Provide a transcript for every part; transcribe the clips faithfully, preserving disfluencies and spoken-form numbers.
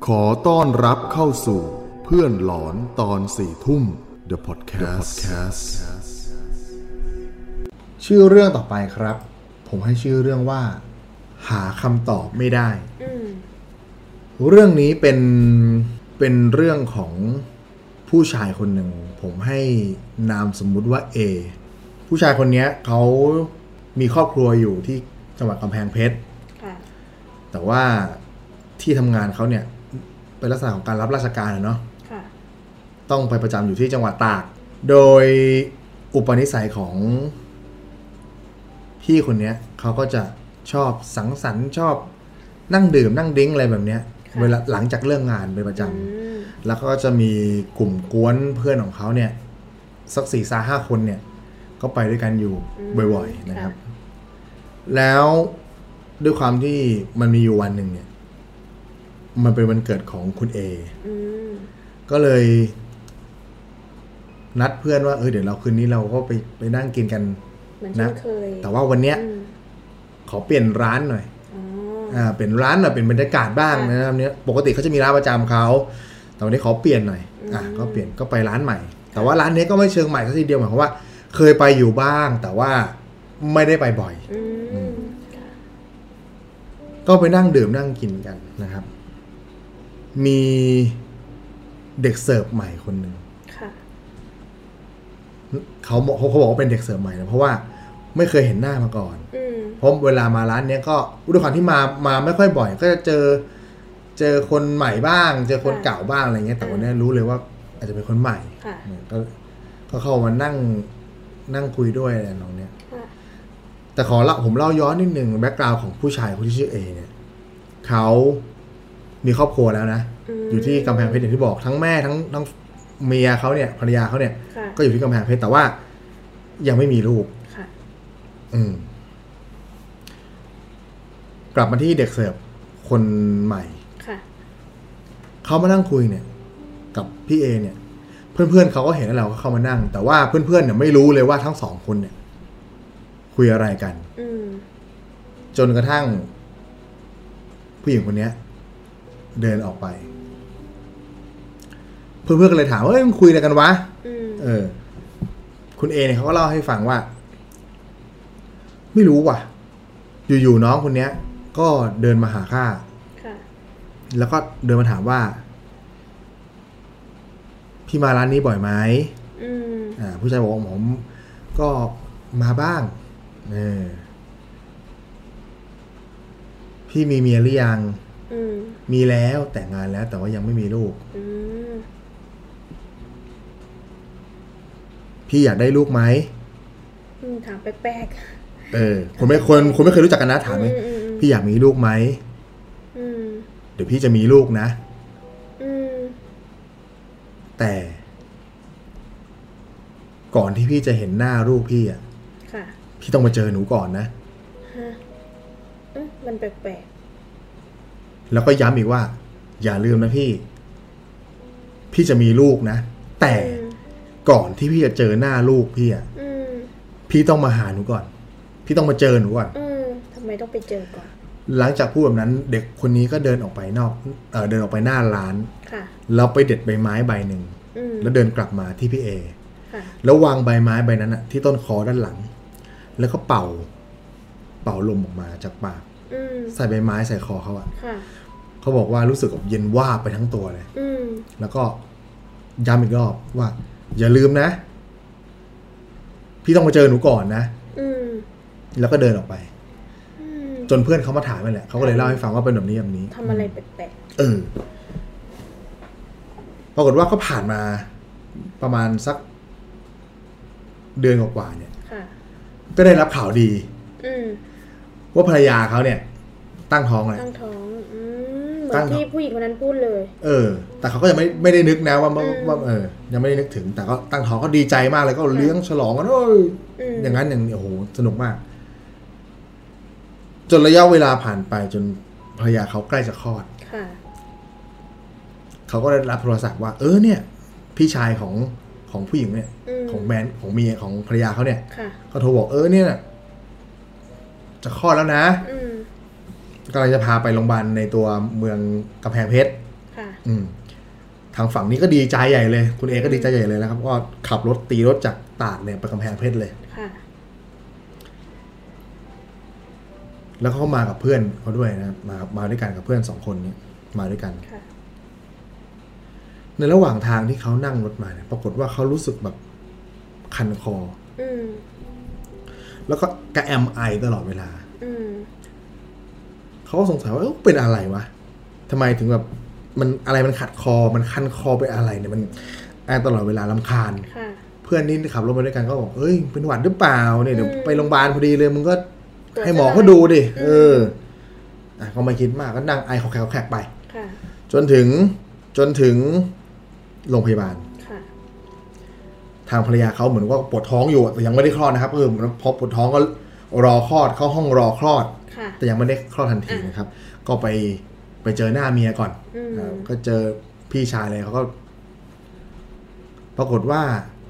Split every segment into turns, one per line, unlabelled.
ขอต้อนรับเข้าสู่เพื่อนหลอนตอนสี่ทุ่ม The Podcast
ชื่อเรื่องต่อไปครับผมให้ชื่อเรื่องว่าหาคำตอบไม่ได้เรื่องนี้เป็นเป็นเรื่องของผู้ชายคนหนึ่งผมให้นามสมมุติว่า A ผู้ชายคนนี้เขามีครอบครัวอยู่ที่จังหวัดกำแพงเพชรแต่ว่าที่ทำงานเขาเนี่ยเป็นลักษณะของการรับราชการเนาะต้องไปประจำอยู่ที่จังหวัดตากโดยอุปนิสัยของพี่คนนี้เขาก็จะชอบสังสรรค์ชอบนั่งดื่มนั่งดิ้งอะไรแบบเนี้ยเวลาหลังจากเลิกงานเป็นประจำแล้วก็จะมีกลุ่มกวนเพื่อนของเขาเนี่ยสักสี่สาห้าคนเนี่ยก็ไปด้วยกันอยู่บ่อยๆนะครับแล้วด้วยความที่มันมีอยู่วันหนึ่งเนี่ยมันเป็นวันเกิดของคุณเอก็เลยนัดเพื่อนว่าเออเดี๋ยวเราคืนนี้เราก็ไปไปนั่งกินกันนะแต่ว่าวันเนี้ยขอเปลี่ยนร้านหน่อยอ่าเปลี่ยนร้านหน่อยเป็นบรรยากาศบ้างนะครับเนี้ยปกติเขาจะมีร้านประจำเขาแต่วันนี้ขอเปลี่ยนหน่อยอ่ะก็เปลี่ยนก็ไปร้านใหม่แต่ว่าร้านนี้ก็ไม่เชิงใหม่ซะทีเดียวหมายความว่าเคยไปอยู่บ้างแต่ว่าไม่ได้ไปบ่อยก็ไปนั่งดื่มนั่งกินกันนะครับมีเด็กเสิร์ฟใหม่คนหนึ่งเขาเขาเขาบอกว่าเป็นเด็กเสิร์ฟใหม่นะเพราะว่าไม่เคยเห็นหน้ามาก่อนเพราะเวลามาร้านเนี้ยก็ด้วยความที่มามาไม่ค่อยบ่อยก็จะเจอเจอคนใหม่บ้างเจอคนเก่าบ้างอะไรเงี้ยแต่วันนี้รู้เลยว่าอาจจะเป็นคนใหม่ก็ก็เข้ามานั่งนั่งคุยด้วยอะไรน้องเนี้ยแต่ขอเล่าผมเล่าย้อนนิดนึงแบ็คกราวด์ของผู้ชายคนที่ชื่อเอเนี่ยเขามีครอบครัวแล้วนะอยู่ที่กำแพงเพชรอย่างที่บอกทั้งแม่ทั้งทั้งเมียเขาเนี่ยภรรยาเขาเนี่ยก็อยู่ที่กำแพงเพชรแต่ว่ายังไม่มีลูกอืมกลับมาที่เด็กเสิร์ฟคนใหม่เขามานั่งคุยเนี่ยกับพี่เอเนี่ยเพื่อนๆเขาก็เห็นแล้วเราก็เข้ามานั่งแต่ว่าเพื่อนๆเนี่ยไม่รู้เลยว่าทั้งสองคนเนี่ยคุยอะไรกันจนกระทั่งผู้หญิงคนนี้เดินออกไปเพื่อนๆก็เลยถามว่าเอ้ยมึงคุยอะไรกันวะเออคุณเอเนี่ยเขาก็เล่าให้ฟังว่าไม่รู้ว่ะอยู่ๆน้องคนเนี้ยก็เดินมาหาข้าแล้วก็เดินมาถามว่าพี่มาร้านนี้บ่อยไหมอ่าผู้ชายบอกว่าผมก็มาบ้างเออพี่มีเมียหรือยังมีแล้วแต่งงานแล้วแต่ว่ายังไม่มีลูกพี่อยากได้ลูกไหม
ถามแปลก
ๆเออคนไม่คนคนไม่เคยรู้จักกันนะถามไหมพี่อยากมีลูกไหมเดี๋ยวพี่จะมีลูกนะแต่ก่อนที่พี่จะเห็นหน้าลูกพี่อ่ะพี่ต้องมาเจอหนูก่อนนะ
มันแปลก
ๆแล้วก็ย้ำอีกว่าอย่าลืมนะพี่พี่จะมีลูกนะแต่ก่อนที่พี่จะเจอหน้าลูกพี่อ่ะพี่ต้องมาหาหนูก่อนพี่ต้องมาเจอหนูก่อน
ทำไมต้องไปเจอก่อน
หลังจากพูดแบบนั้นเด็กคนนี้ก็เดินออกไปนอกเออเดินออกไปหน้าร้านแล้วไปเด็ดใบไม้ใบหนึ่งแล้วเดินกลับมาที่พี่เอแล้ววางใบไม้ใบนั้นอ่ะที่ต้นคอด้านหลังแล้วก็เป่าเป่าลมออกมาจากปากใส่ใบไม้ใส่คอเขาอ่ะเขาบอกว่ารู้สึกแบบเย็นวาบไปทั้งตัวเลยแล้วก็ย้ำอีกรอบว่าอย่าลืมนะพี่ต้องมาเจอหนูก่อนนะแล้วก็เดินออกไปจนเพื่อนเขามาถามไปแหละเขาก็เลยเล่าให้ฟังว่าเป็นแบบนี้แบบนี้
ทำอะไรแปลก
ๆเออปรากฏว่าก็ผ่านมาประมาณสักเดือนกว่าๆเนี่ยก็ได้รับข่าวดีว่าภรรยาเขาเนี่ยตั้งท้องเลย
ตั้งท้องเหมือนที่ผู้หญิงคนนั้นพูดเลย
เออแต่เขาก็ยังไม่ไม่ได้นึกนะว่าว่าเออยังไม่ได้นึกถึงแต่ก็ตั้งท้องก็ดีใจมากเลยก็เลี้ยงฉลองกันโอ้ยอย่างนั้นอย่างโอ้โหสนุกมากจนระยะเวลาผ่านไปจนภรรยาเขาใกล้จะคลอดเขาก็ได้รับโทรศัพท์ว่าเออเนี่ยพี่ชายของของผู้หญิงเนี่ยของแมนของเมียของภรรยาเขาเนี่ยเขาโทรบอกเออเนี่ยจะคลอดแล้วนะกำลังจะพาไปโรงพยาบาลในตัวเมืองกำแพงเพชร
ค
อืมทางฝั่งนี้ก็ดีใจใหญ่เลยคุณเอก็ดีใจใหญ่เลยนะครับก็ขับรถตีรถจากตากเนี่ยไปกำแพงเพชรเลยค่ะแล้วเขามากับเพื่อนเขาด้วยนะมามาด้วยกันกับเพื่อนสองคนนี้มาด้วยกันในระหว่างทางที่เขานั่งรถมาเนี่ยปรากฏว่าเขารู้สึกแบบคันคออืมแล้วก็กระแอมไอตลอดเวลาอืมเขาก็สงสัยว่าเป็นอะไรวะทำไมถึงแบบมันอะไรมันขัดคอมันคันคอไปอะไรเนี่ยมันไอตลอดเวลารำคาญเพื่อนนี่ขับรถมาด้วยกันก็บอกเอ้ยเป็นหวัดหรือเปล่าเนี่ยเดี๋ยวไปโรงพยาบาลพอดีเลยมึงก็ให้หมอเขาดูดิเอออ่ะก็ไม่คิดมากก็นั่งไอเขาแขกแขกไปจนถึงจนถึงโรงพยาบาลทางภรรยาเขาเหมือนว่าปวดท้องอยู่แต่ยังไม่ได้คลอดนะครับเออพอปวดท้องก็รอคลอดเข้าห้องรอคลอดแต่ยังไม่ได้คลอดทันทีนะครับก็ไปไปเจอหน้าเมียก่อนก็เจอพี่ชายเลยเขาก็ปรากฏว่า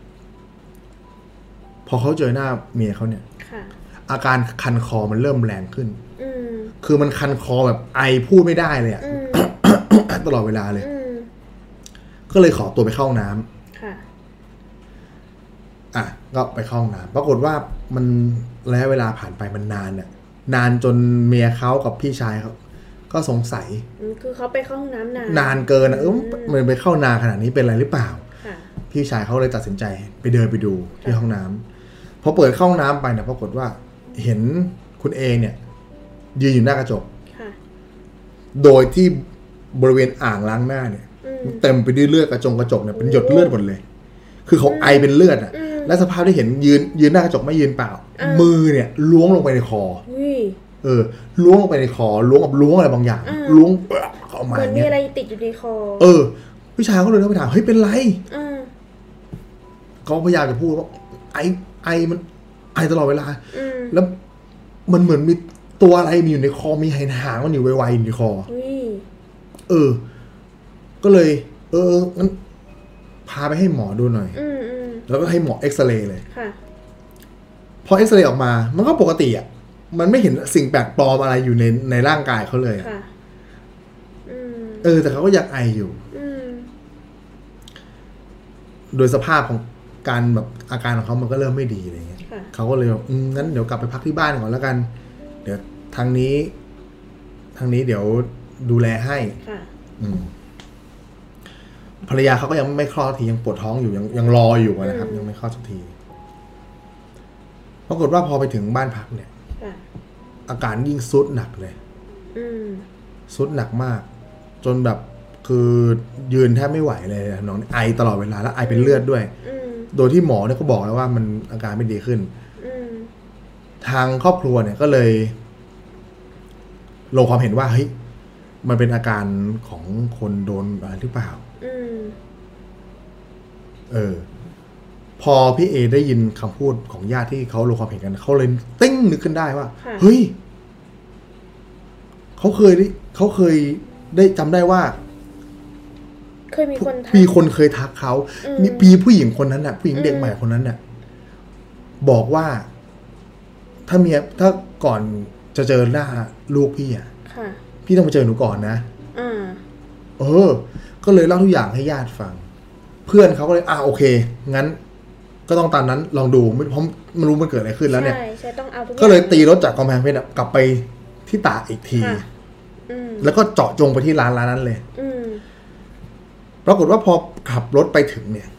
พอเขาเจอหน้าเมียเขาเนี่ยอาการคันคอมันเริ่มแรงขึ้นคือมันคันคอแบบไอพูดไม่ได้เลยอ่ะตลอดเวลาเลยก็เลยขอตัวไปเข้าห้องน้ำอ่ะก็ไปเข้าห้องน้ำปรากฏว่ามันระยะเวลาผ่านไปมันนานเนี่ยนานจนเมียเขากับพี่ชายเขาก็สงสัย
คือเขาไปเข้าห้องน้ำนาน
นานเกินอ่ะเออมันไปเข้านานขนาดนี้เป็นอะไรหรือเปล่าพี่ชายเขาเลยตัดสินใจไปเดินไปดูที่ห้องน้ำพอเปิดเข้าห้องน้ำไปเนี่ยปรากฏว่าเห็นคุณเอเนี่ยยืนอยู่หน้ากระจกโดยที่บริเวณอ่างล้างหน้าเนี่ยเต็มไปด้วยเลือดกระจงกระจกเนี่ยเป็นหยดเลือดหมดเลยคือเขาไอเป็นเลือดอ่ะและสภาพที่เห็นยืนยืนหน้ากระจกไม่ยืนเปล่ามือเนี่ยล้วงลงไปในคอเออล้วงลงไปในคอล้วงกับล้วงอะไรบางอย่างล้วงเข้ามา
เนี่ยมีอะไรติดอยู่ในคอ
เออพี่ชายเขาเลยเข้าไปถามเฮ้ยเป็นไรเขาพยายามจะพูดว่าไอไอมันไอตลอดเวลาแล้วมันเหมือนมีตัวอะไรมีอยู่ในคอมีหางมันอยู่ไวๆอยู่ในคอเออก็เลยเอองั้นพาไปให้หมอดูหน่อยแล้วก็ให้หมอเอ็กซเรย์เลยพอเอ็กซเรย์ออกมามันก็ปกติอ่ะมันไม่เห็นสิ่งแปลกปลอมอะไรอยู่ในในร่างกายเขาเลยเออแต่เขาก็ยังไออยู่โดยสภาพของการแบบอาการของเขามันก็เริ่มไม่ดีอะไรเงี้ยเขาก็เลยอืมงั้นเดี๋ยวกลับไปพักที่บ้านก่อนแล้วกันเดี๋ยวทางนี้ทางนี้เดี๋ยวดูแลให้อืมภรรยาเขาก็ยังไม่คลอดทียังปวดท้องอยู่ยังยังรออยู่นะครับยังไม่คลอดสักทีปรากฏว่าพอไปถึงบ้านพักเนี่ยอาการยิ่งซุดหนักเลยซุดหนักมากจนแบบคือยืนแทบไม่ไหวเลยน้องไอตลอดเวลาแล้วไอเป็นเลือดด้วยโดยที่หมอเนี่ยก็บอกแล้วว่ามันอาการไม่ดีขึ้นทางครอบครัวเนี่ยก็เลยลงความเห็นว่าเฮ้ยมันเป็นอาการของคนโดนอะไรหรือเปล่าเออพอพี่เอได้ยินคำพูดของญาติที่เขาลงความเห็นกันเขาเลยติ้งนึกขึ้นได้ว่าเฮ้ยเขาเคยได้เขาเคยได้จำได้ว่า
เคยมีคน
มีคนเคยทักเขามีปีผู้หญิงคนนั้นน่ะผู้หญิงเด็กใหม่คนนั้นน่ะบอกว่าถ้าเมียถ้าก่อนจะเจอหน้าลูกพี่อ่ะพี่ต้องมาเจอหนูก่อนนะเออก็เลยเล่าทุกอย่างให้ญาติฟังเพื่อนเขาก็เลยอ่าโอเคงั้นก็ต้องตามนั้นลองดูเพราะไม่รู้มันเกิดอะไรขึ้นแล้วเนี่ยก็เลยตีรถจากกำแพงเพชรกลับไปที่ตากอีกทีแล้วก็เจาะจงไปที่ร้านร้านนั้นเลยปรากฏว่าพอขับรถไปถึงเนี่ย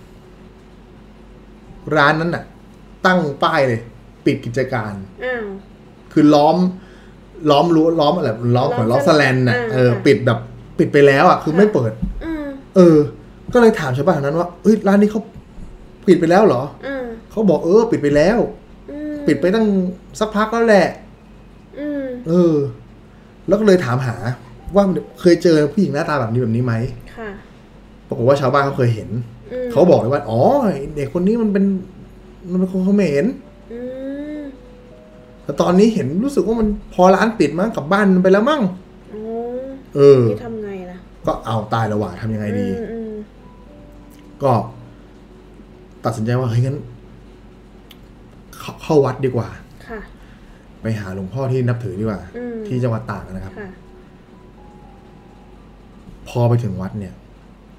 ร้านนั้นน่ะตั้งป้ายเลยปิดกิจการคือล้อมล้อมรั้วล้อมอะไรล้อมเหมือนล้อสแลนน่ะเออปิดแบบปิดไปแล้วอ่ะคือไม่เปิดเออก็เลยถามชาวบ้านนั้นว่าเอ้ยร้านนี้เขาปิดไปแล้วเหรอเขาบอกเออปิดไปแล้วปิดไปตั้งสักพักแล้วแหละเออแล้วก็เลยถามหาว่าเคยเจอผู้หญิงหน้าตาแบบนี้แบบนี้ไหมปรากฏว่าชาวบ้านเขาเคยเห็นเขาบอกเลยว่าอ๋อเด็กคนนี้มันเป็นมันเป็นคนเขมรแต่ตอนนี้เห็นรู้สึกว่ามันพอร้านปิดมั้งกลับบ้านไปแล้วมั้งเออ
นี่ทำไงล่ะ
ก็เอาตายแล้วว่ะทำยังไงดีก็ตัดสินใจว่าเฮ้ยงั้นเข้าวัดดีกว่าไปหาหลวงพ่อที่นับถือดีกว่าที่จังหวัดตากนะครับพอไปถึงวัดเนี่ย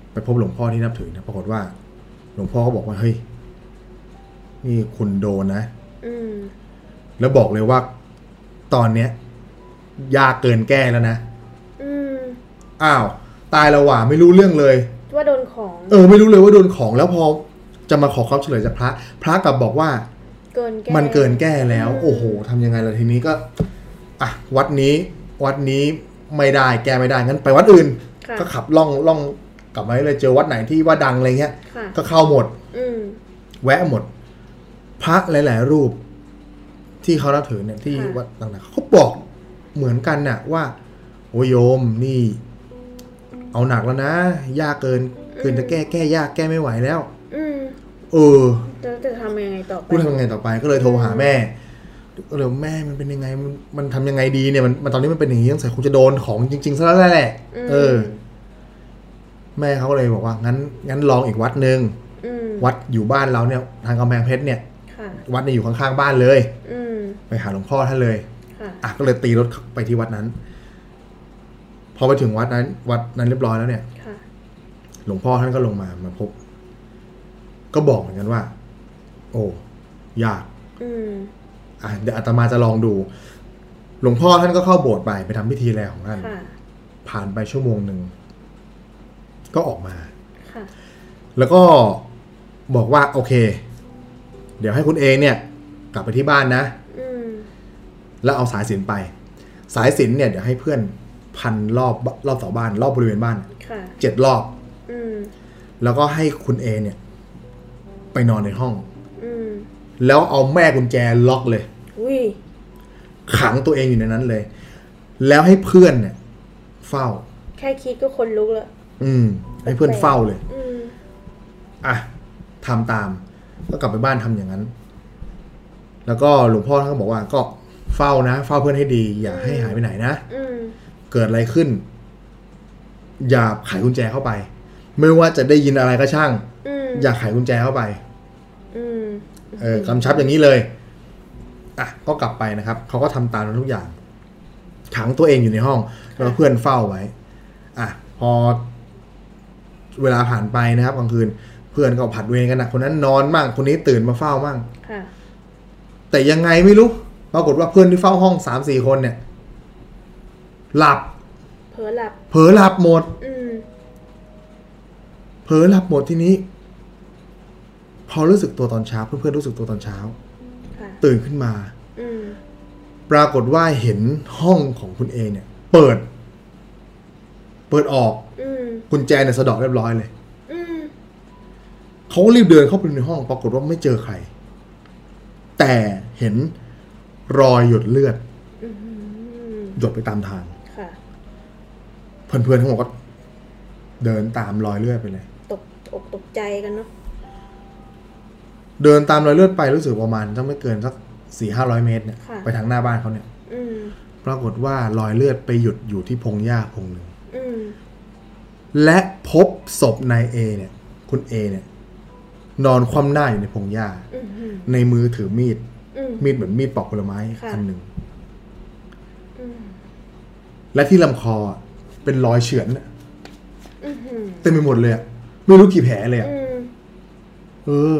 ไปพบหลวงพ่อที่นับถือนะปรากฏว่าหลวงพ่อก็บอกว่าเฮ้ยนี่คุณโดนนะแล้วบอกเลยว่าตอนเนี้ยยากเกินแก้แล้วนะอ้าวตายแล้วว่ะไม่รู้เรื่องเลย
ว่าโดนของ
เออไม่รู้เลยว่าโดนของแล้วพอจะมาขอความช่วยเหลือจากพระพระกลับบอกว่า
เกินแก้
มันเกินแก้แล้วโอ้โหทำยังไงล่ะทีนี้ก็อ่ะวัดนี้วัดนี้ไม่ได้แก้ไม่ได้งั้นไปวัดอื่นก็ขับล่องล่องกลับมาเลยเจอวัดไหนที่ว่าดังอะไรเงี้ยก็เข้าหมดแวะหมดพระหลายๆรูปที่เขานับถือเนี่ยที่วัดต่างๆเขาบอกเหมือนกันน่ะว่าโอ้โยมนี่เอาหนักแล้วนะยากเกินเกินจะแก้แก้ยากแก้ไม่ไหวแล้วเออ
จะจะทำยังไงต่อไป
กูทำยังไงต่อไปก็เลยโทรหาแม่ก็เลยแม่มันเป็นยังไงมันมันทำยังไงดีเนี่ยมันมันตอนนี้มันเป็นอย่างนี้ต้องใส่คงจะโดนของจริงๆซะแล้วแหละเออแม่เขาก็เลยบอกว่างั้นงั้นลองอีกวัดนึงวัดอยู่บ้านเราเนี่ยทางกำแพงเพชรเนี่ยวัดเนี่ยอยู่ข้างๆบ้านเลยไปหาหลวงพ่อท่านเลยอ่ะก็เลยตีรถไปที่วัดนั้นพอไปถึงวัดนั้นวัดนั้นเรียบร้อยแล้วเนี่ยหลวงพ่อท่านก็ลงมามาพบก็บอกเหมือนกันว่าโอ้ยากอ่ะเดี๋ยวอาตมาจะลองดูหลวงพ่อท่านก็เข้าโบสถ์ไปไปทำพิธีอะไรของท่านผ่านไปชั่วโมงหนึ่งก็ออกมาแล้วก็บอกว่าโอเคเดี๋ยวให้คุณเอเนี่ยกลับไปที่บ้านนะแล้วเอาสายสิญจน์ไปสายสิญจน์เนี่ยเดี๋ยวให้เพื่อนพันรอบรอบเสาบ้านรอบบริเวณบ้านเจ็ดรอบแล้วก็ให้คุณเอเนี่ยไปนอนในห้องแล้วเอาแม่กุญแจล็อกเลยขังตัวเองอยู่ในนั้นเลยแล้วให้เพื่อนเนี่ยเฝ้า
แค่คิดก็คนลุกแล้ว
อืมให้เพื่อนเฝ้าเลยอ่ะทำตามก็กลับไปบ้านทำอย่างนั้นแล้วก็หลวงพ่อท่านก็บอกว่าก็เฝ้านะเฝ้าเพื่อนให้ดีอย่าให้หายไปไหนนะเกิดอะไรขึ้นอย่าไขกุญแจเข้าไปไม่ว่าจะได้ยินอะไรก็ช่างอย่าไขกุญแจเข้าไปเออกำชับอย่างนี้เลยอ่ะก็กลับไปนะครับเขาก็ทำตามทุกอย่างขังตัวเองอยู่ในห้องแล้วเพื่อนเฝ้าไว้อ่ะพอเวลาผ่านไปนะครับกลางคืนเพื่อนก็ผัดเวรกันนะคนนั้นนอนบ้างคนนี้ตื่นมาเฝ้าบ้างแต่ยังไงไม่รู้ปรากฏว่าเพื่อนที่เฝ้าห้องสามสี่คนเนี่ยหลับ
เผลอหลับ
เผลอหลับหมดเผลอหลับหมดทีนี้พอรู้สึกตัวตอนเช้าเพื่อนๆรู้สึกตัวตอนเช้าตื่นขึ้นมาปรากฏว่าเห็นห้องของคุณเอเนี่ยเปิดเปิดออกกุญแจเนี่ยสะดอกเรียบร้อยเลยเขาก็รีบเดินเข้าไปในห้องปรากฏว่าไม่เจอใครแต่เห็นรอยหยดเลือดหยดไปตามทางเพื่อนๆทั้งหมดก็เดินตามรอยเลือดไปเลย
ตกอกตกใจกันเนาะ
เดินตามรอยเลือดไปรู้สึกประมาณจะไม่เกินสักสี่ห้าร้อยเมตรเนี่ยไปทางหน้าบ้านเขาเนี่ยปรากฏว่ารอยเลือดไปหยุดอยู่ที่พงหญ้าพงหนึ่งและพบศพนายเอเนี่ยคุณเอเนี่ยนอนคว่ำหน้าอยู่ในพงหญ้าในมือถือมีดมีดเหมือนมีดปอกผลไม้อันหนึ่งและที่ลำคอเป็นรอยเฉือนเต็มไปหมดเลยไม่รู้กี่แผลเลยเออ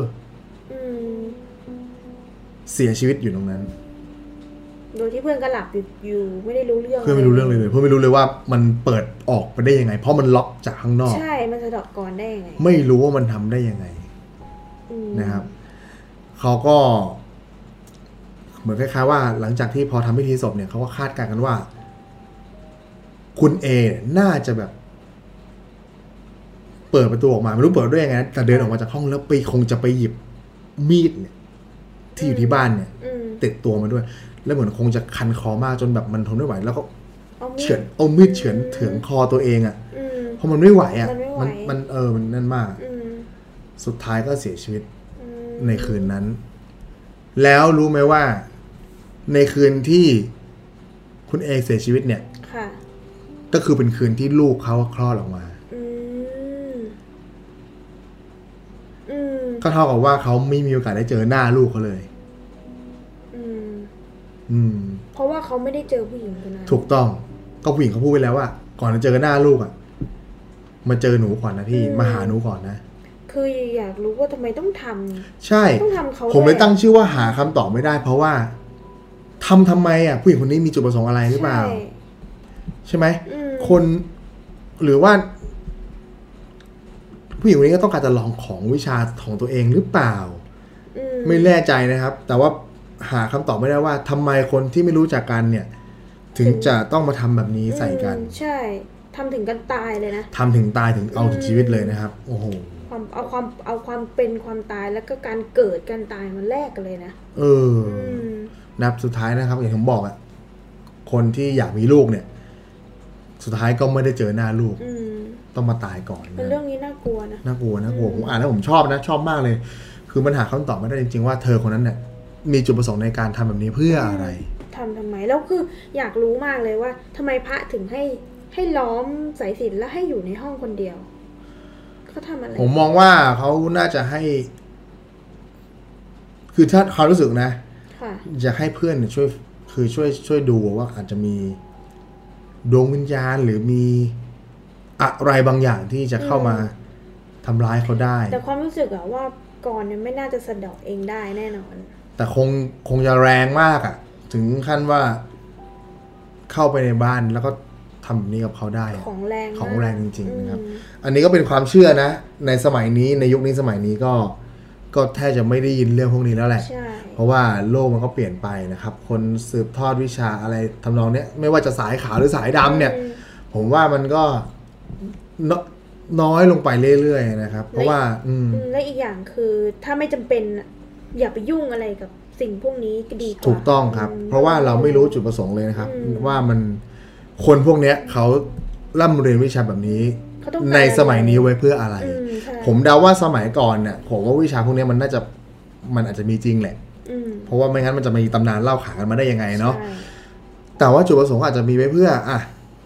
เสียชีวิตอยู่ตรงนั้น
โดยที่เพื่อนก็หลับอยู่ไม่ได้รู้เรื่อง
เพื่อนไม่รู้เรื่องเลยเพื่อนไม่รู้เลยว่ามันเปิดออกไปได้ยังไงเพราะมันล็อกจากข้างนอก
ใช่มันจะดอกก่อนได้ยังไง
ไม่รู้ว่ามันทำได้ยังไงนะครับเขาก็เหมือนคล้ายๆว่าหลังจากที่พอทำพิธีศพเนี่ยเขาก็คาดการณ์กันว่าคุณเอน่าจะแบบเปิดประตูออกมาไม่รู้เปิดด้วยยังไงแต่เดินออกมาจากห้องแล้วไปคงจะไปหยิบมีดเนี่ยที่อยู่ที่บ้านเนี่ยติดตัวมาด้วยแล้วเหมือนคงจะคันคอมากจนแบบมันทนไม่ไหวแล้วก็เฉือนเอามีดเฉือนถึงคอตัวเองอ่ะเพราะมันไม่ไหวอ่ะมันมันเออมันนั่นมากสุดท้ายก็เสียชีวิตในคืนนั้นแล้วรู้ไหมว่าในคืนที่คุณเอเสียชีวิตเนี่ยก็คือเป็นคืนที่ลูกเขาคลอดออกมาก็เท่ากับว่าเขาไม่มีโอกาสได้เจอหน้าลูกเขาเลย
เพราะว่าเขาไม่ได้เจอผู้หญิงคนนั้น
ถูกต้องก็ผู้หญิงเขาพูดไปแล้วว่าก่อนจะเจอหน้าลูกอ่ะมาเจอหนูก่อนนะพี่มาหาหนูก่อนนะ
คืออยากรู้ว่าทำไมต้องท
ำใช่
ต้องทำเขา
ผมเลยตั้งชื่อว่าหาคำตอบไม่ได้เพราะว่าทำทำไมอ่ะผู้หญิงคนนี้มีจุดประสงค์อะไรหรือเปล่าใช่ไหมคนหรือว่าผู้หญิงคนนี้ก็ต้องการจะลองของวิชาของตัวเองหรือเปล่าไม่แน่ใจนะครับแต่ว่าหาคำตอบไม่ได้ว่าทำไมคนที่ไม่รู้จักกันเนี่ยถึงจะต้องมาทำแบบนี้ใส่กัน
ใช่ทำถึงกันตายเลยนะ
ทำถึงตายถึงเอาถึงชีวิตเลยนะครับโอ้โห
ความเอาความเอาความเป็นความตายแล้วก็การเกิดการตายมันแลกกันเลยนะ
เออนับสุดท้ายนะครับอย่างผมบอกอ่ะคนที่อยากมีลูกเนี่ยสุดท้ายก็ไม่ได้เจอหน้าลูกต้องมาตายก่อน
เป็นเรื่องนี้น่ากลัวนะ
น่ากลัวน่ากลัวผมอ่านแล้วผมชอบนะชอบมากเลยคือมันหาคำตอบไม่ได้จริงๆว่าเธอคนนั้นเนี่ยมีจุดประสงค์ในการทำแบบนี้เพื่ออะไร
ทำทำไมแล้วคืออยากรู้มากเลยว่าทำไมพระถึงให้ให้ล้อมสายสิญจน์แล้วให้อยู่ในห้องคนเดียวเขาทำอะไร
ผมมองว่าเขาน่าจะให้คือถ้าเขารู้สึกนะจะให้เพื่อนช่วยคือช่วยช่วยดูว่าอาจจะมีดวงวิญญาณหรือมีอะไรบางอย่างที่จะเข้ามาทำร้ายเขาได้
แต่ความรู้สึกอะว่าก่อนเนี่ยไม่น่าจะสะเดาะเองได้แน่นอน
แต่คงคงจะแรงมากอะถึงขั้นว่าเข้าไปในบ้านแล้วก็ทำแบบนี้กับเขาได้
ของแรง
ของแรงจริงๆนะครับอันนี้ก็เป็นความเชื่อนะในสมัยนี้ในยุคนี้สมัยนี้ก็ก็แทบจะไม่ได้ยินเรื่องพวกนี้แล้วแหละเพราะว่าโลกมันก็เปลี่ยนไปนะครับคนสืบทอดวิชาอะไรทำนองเนี้ยไม่ว่าจะสายขาวหรือสายดำเนี่ยผมว่ามันก็น้อยลงไปเรื่อยๆนะครับเพราะว่าอืม
และอีกอย่างคือถ้าไม่จำเป็นอย่าไปยุ่งอะไรกับสิ่งพวกนี้ก็ดีกว่า
ถูกต้องครับเพราะว่าเราไม่รู้จุดประสงค์เลยนะครับว่ามันคนพวกเนี้ยเขาร่ำเรียนวิชาแบบนี้ในสมัยนี้ไว้เพื่ออะไรผมเดาว่าสมัยก่อนเนี่ยผมว่าวิชาพวกนี้มันน่าจะมันอาจจะมีจริงแหละเพราะว่าไม่งั้นมันจะมีตำนานเล่าขานกันมาได้ยังไงเนาะแต่ว่าจุดประสงค์อาจจะมีไว้เพื่ออ่ะ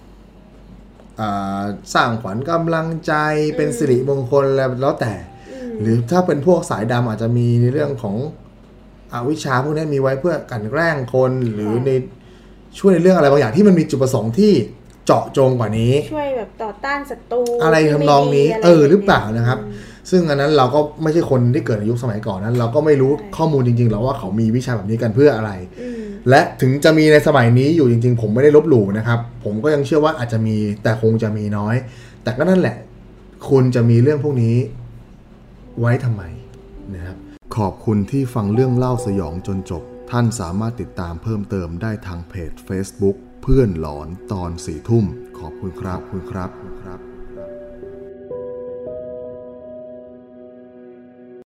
สร้างขวัญกำลังใจเป็นสิริมงคลแล้วแต่หรือถ้าเป็นพวกสายดำอาจจะมีในเรื่องของอวิชชาพวกนี้มีไว้เพื่อกันแกล้งคนหรือในช่วยในเรื่องอะไรบางอย่างที่มันมีจุดประสงค์ที่เจาะจงกว่านี้
ช่วยแบบต่อต้านศัตรู
อะไรทำนองนี้เออหรือเปล่านะครับซึ่งอันนั้นเราก็ไม่ใช่คนที่เกิดในยุคสมัยก่อนนั้นเราก็ไม่รู้ข้อมูลจริงๆหรอกว่าเขามีวิชาแบบนี้กันเพื่ออะไรและถึงจะมีในสมัยนี้อยู่จริงๆผมไม่ได้ลบหลู่นะครับผมก็ยังเชื่อว่าอาจจะมีแต่คงจะมีน้อยแต่ก็นั่นแหละคุณจะมีเรื่องพวกนี้ไว้ทำไมนะครับ
ขอบคุณที่ฟังเรื่องเล่าสยองจนจบท่านสามารถติดตามเพิ่มเติมได้ทางเพจ Facebook เพื่อนหลอนตอนสี่ทุ่มขอบคุณครับคุณครับ